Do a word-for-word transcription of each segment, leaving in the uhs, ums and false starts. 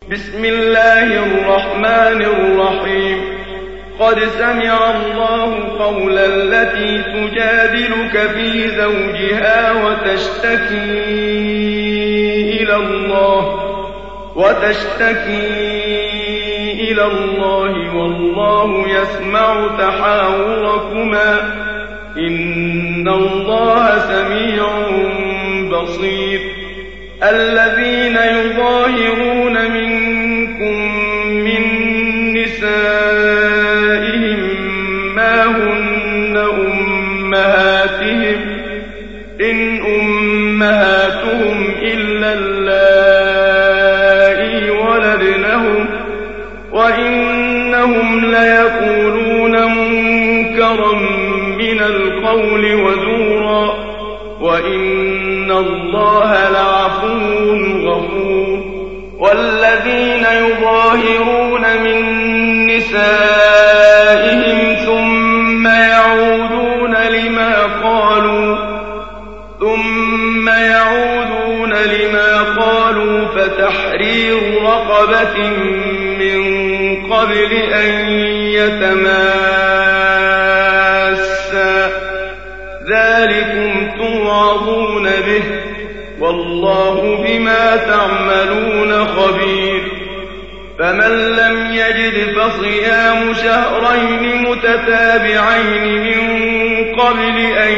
بسم الله الرحمن الرحيم قد سمع الله قول التي تجادلك في زوجها وتشتكي إلى الله وتشتكي إلى الله والله يسمع تحاوركما إن الله سميع بصير. الذين يظاهرون منكم من نسائهم ما هن أمهاتهم إن أمهاتهم إلا اللائي ولدنهم وإنهم ليقولون منكرا من القول وزورا وإن الله لعفو غفور. والذين يظاهرون من نسائهم ثم يعودون لما قالوا ثم يعودون لما قالوا فتحرير رقبة من قبل أن يتماسا ذلكم توعظون به والله بما تعملون خبير. فمن لم يجد فصيام شهرين متتابعين من قبل أن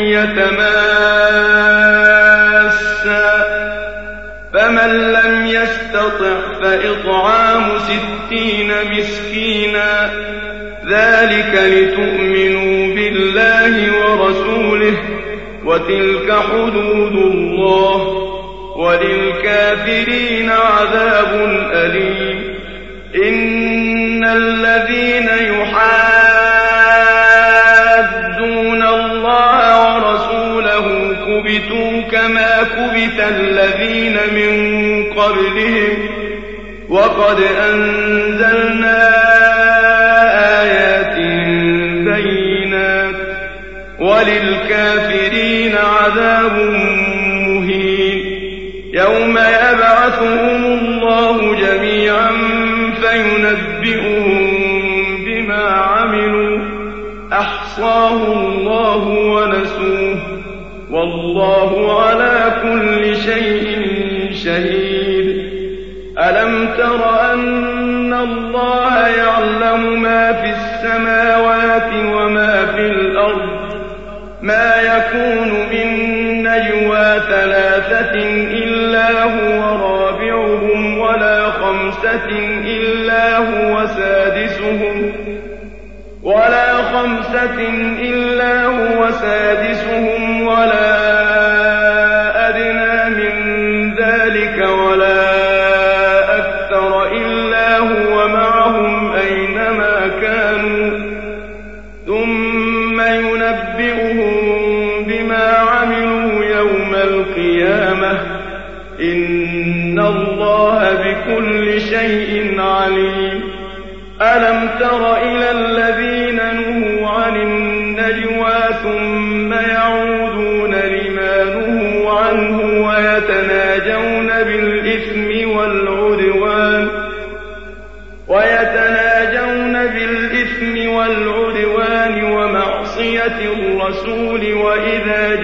يتماسا فمن لم يستطع فإطعام ستين مسكينا ذلك لتؤمنوا بالله ورسوله وتلك حدود الله وللكافرين عذاب أليم. إن الذين يحادون الله ورسوله كبتوا كما كبت الذين من قبلهم وقد أنزلنا آيات بينات وللكافرين عذاب مهين. يوم يبعثهم الله جميعا فينبئهم بما عملوا أحصاه الله ونسوه والله على كل شيء شهيد. ألم تر أن الله يعلم ما في السماوات وما في الأرض ما يكون من نجوى ثلاثة إلا هو رابعهم ولا خمسة إلا هو سادسهم ولا خمسة إلا هو سادسهم ولا أدنى من ذلك ولا أكثر إلا هو معهم أينما كانوا ثم ينبئهم بما عملوا يوم القيامة إن الله بكل شيء عليم. ألم تر إلى الذين نهوا عن النجوى ثم يعودون لما نهوا عنه ويتناجون بالإثم والعدوان ويتناجون بالإثم والعدوان ومعصية الرسول وإذا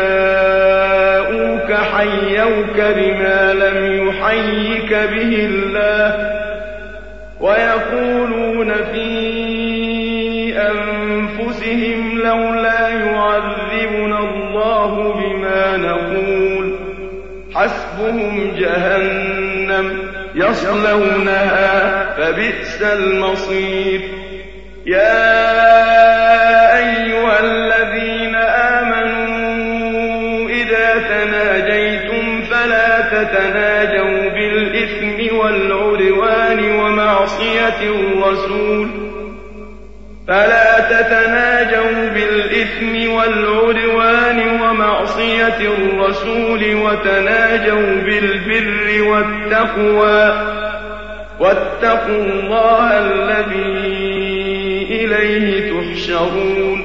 جاءوك حيوك بما لم يحيك به الله ويقولون في أنفسهم لولا يعذبنا الله بما نقول حسبهم جهنم يصلونها فبئس المصير. يا أيها الذين آمنوا إذا تناجيتم فلا تتناجوا بالإثم والعدوان ومعصية الرسول فلا تتناجوا بالإثم والعدوان ومعصية الرسول وتناجوا بالبر والتقوى واتقوا الله الذي إليه تحشرون.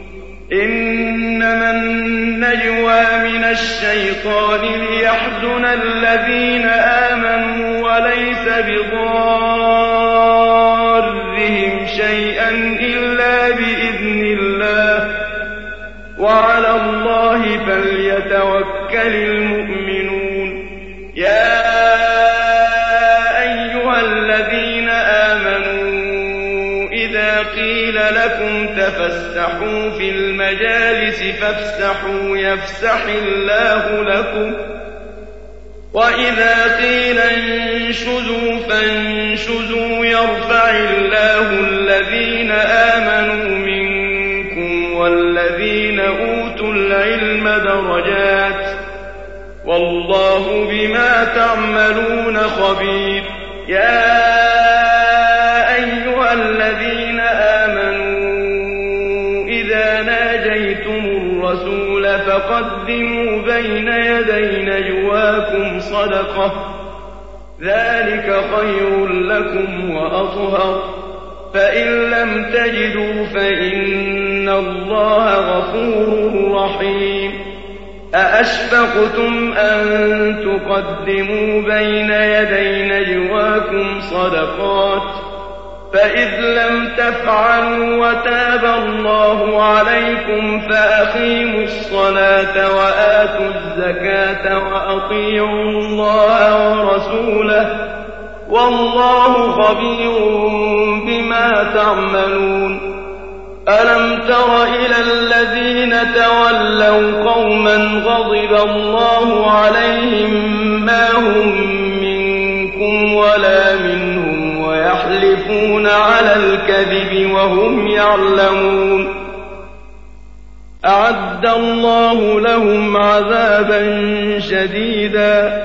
إنما النجوى من الشيطان ليحزن الذين آمنوا وليس بضارهم شيئا إلا بإذن الله وعلى الله فليتوكل المؤمنون. يا أيها الذين آمنوا إذا قيل لكم تفسحوا في المجالس فافسحوا يفسح الله لكم وإذا قيل انشزوا فانشزوا يرفع الله الذين آمنوا منكم والذين أوتوا العلم درجات والله بما تعملون خبير. يا أيها الذين آمنوا إذا ناجيتم الرسول فقدموا بين يدي نجواكم صدقة ذلك خير لكم وأطهر فإن لم تجدوا فإن الله غفور رحيم. أأشفقتم أن تقدموا بين يدي نجواكم صدقات فإذ لم تفعلوا وتاب الله عليكم فأقيموا الصلاة وآتوا الزكاة وأطيعوا الله ورسوله والله خبير بما تعملون. ألم تر إلى الذين تولوا قوما غضب الله عليهم ما هم منكم ولا منهم ويحلفون على الكذب وهم يعلمون. أعد الله لهم عذابا شديدا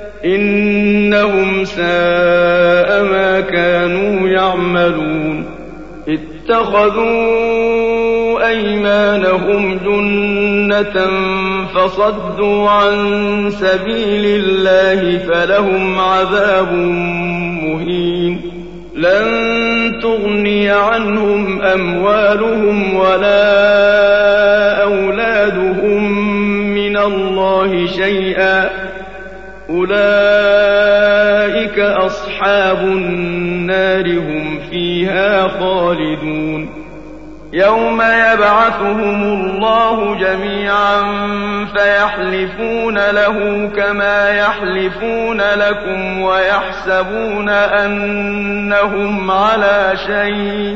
إنهم ساء ما كانوا يعملون. اتخذوا أيمانهم جنة فصدوا عن سبيل الله فلهم عذاب مهين. لن تغني عنهم أموالهم ولا أولادهم من الله شيئا أولئك أصحاب النار هم فيها خالدون. يوم يبعثهم الله جميعا فيحلفون له كما يحلفون لكم ويحسبون أنهم على شيء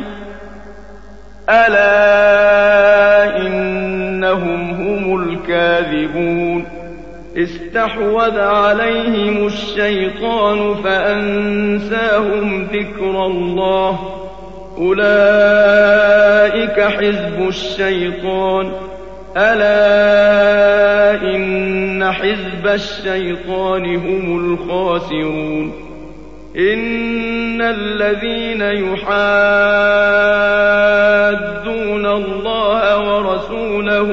ألا إنهم هم الكاذبون. استحوذ عليهم الشيطان فأنساهم ذكر الله أولئك حزب الشيطان ألا إن حزب الشيطان هم الخاسرون. إن الذين يحادون الله ورسوله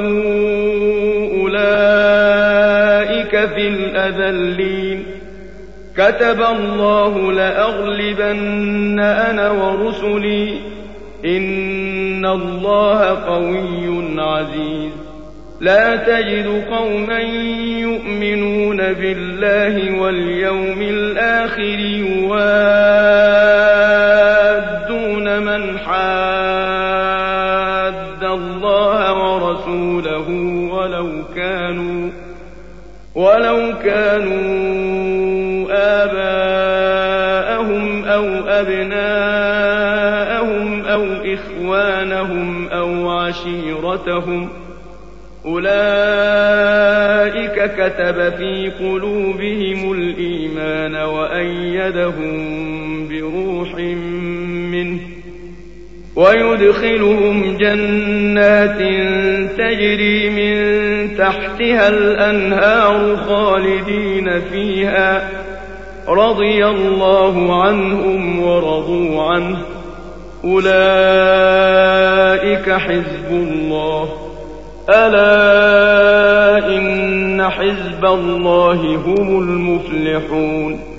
في الأذلين. كتب الله لأغلبن أنا ورسلي إن الله قوي عزيز. لا تجد قوما يؤمنون بالله واليوم الآخر يوادون من حاد الله ورسوله ولو كانوا ولو كانوا آباءهم أو أبناءهم أو إخوانهم أو عشيرتهم أولئك كتب في قلوبهم الإيمان وأيدهم بروح منه ويدخلهم جنات تجري من تحتها الأنهار خالدين فيها رضي الله عنهم ورضوا عنه أولئك حزب الله ألا إن حزب الله هم المفلحون.